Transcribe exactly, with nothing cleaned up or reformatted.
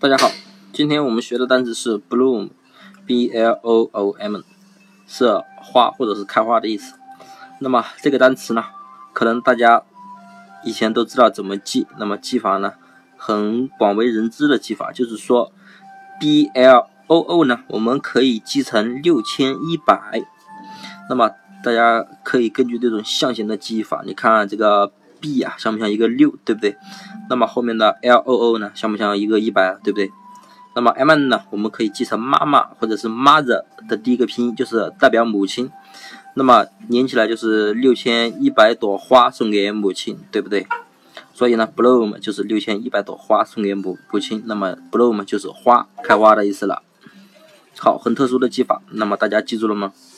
大家好，今天我们学的单词是 bloom，b l o o m， 是花或者是开花的意思。那么这个单词呢，可能大家以前都知道怎么记，那么记法呢，很广为人知的记法，就是说 b l o o 呢，我们可以记成六千一百。那么大家可以根据这种象形的记忆法，你看这个 B 啊，像不像一个六，对不对？那么后面的 L O O 呢，像不像一个一百，对不对？那么 M 呢，我们可以记成妈妈或者是 mother 的第一个拼音，就是代表母亲。那么连起来就是六千一百朵花送给母亲，对不对？所以呢 bloom 就是六千一百朵花送给母母亲，那么 bloom 就是花开花的意思了。好，很特殊的记法，那么大家记住了吗？